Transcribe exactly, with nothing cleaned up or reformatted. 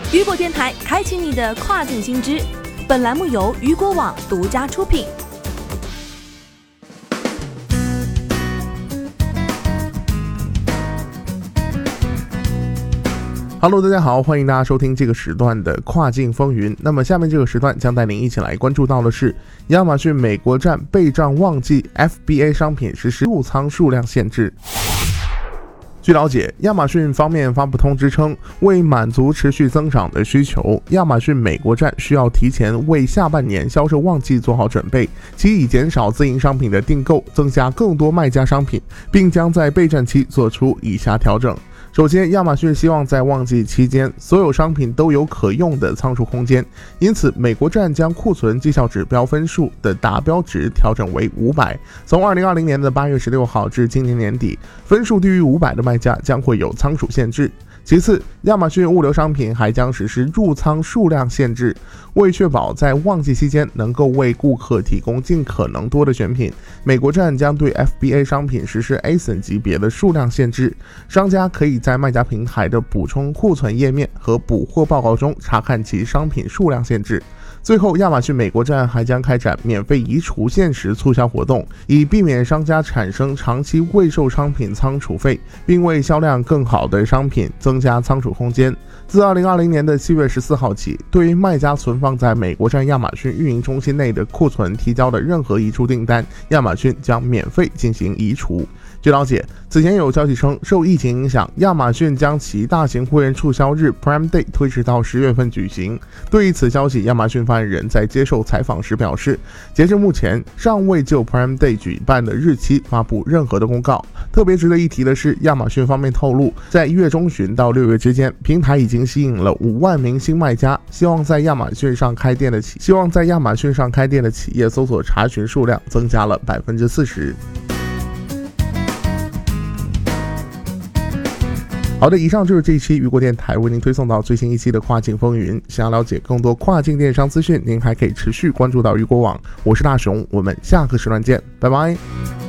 雨果电台开启你的跨境新知，本栏目由雨果网独家出品。 Hello， 大家好，欢迎大家收听这个时段的跨境风云。那么下面这个时段将带您一起来关注到的是，亚马逊美国站备账旺季 F B A 商品实施入仓数量限制。据了解，亚马逊方面发布通知称，为满足持续增长的需求，亚马逊美国站需要提前为下半年销售旺季做好准备，其已减少自营商品的订购，增加更多卖家商品，并将在备战期做出以下调整。首先，亚马逊希望在旺季期间，所有商品都有可用的仓储空间，因此美国站将库存绩效指标分数的达标值调整为五百，从二零二零年的八月十六号至今年年底，分数低于五百的卖家将会有仓储限制。其次，亚马逊物流商品还将实施入仓数量限制，为确保在旺季期间能够为顾客提供尽可能多的选品，美国站将对 F B A 商品实施 A S I N 级别的数量限制。商家可以在卖家平台的补充库存页面和补货报告中查看其商品数量限制。最后，亚马逊美国站还将开展免费移除限时促销活动，以避免商家产生长期未售商品仓储费，并为销量更好的商品增加仓储空间。自二零二零年的七月十四号起，对于卖家存放在美国站亚马逊运营中心内的库存提交的任何移出订单，亚马逊将免费进行移除。据了解，此前有消息称，受疫情影响，亚马逊将其大型会员促销日 Prime Day 推迟到十月份举行。对于此消息，亚马逊发言人在接受采访时表示，截至目前尚未就 Prime Day 举办的日期发布任何的公告。特别值得一提的是，亚马逊方面透露，在一月中旬到六月之间，平台已经吸引了五万名新卖家，希望在亚马逊上开店的企希望在亚马逊上开店的企业搜索查询数量增加了百分之四十。好的，以上就是这一期雨果电台为您推送到最新一期的跨境风云。想要了解更多跨境电商资讯，您还可以持续关注到雨果网。我是大熊，我们下个时段见，拜拜。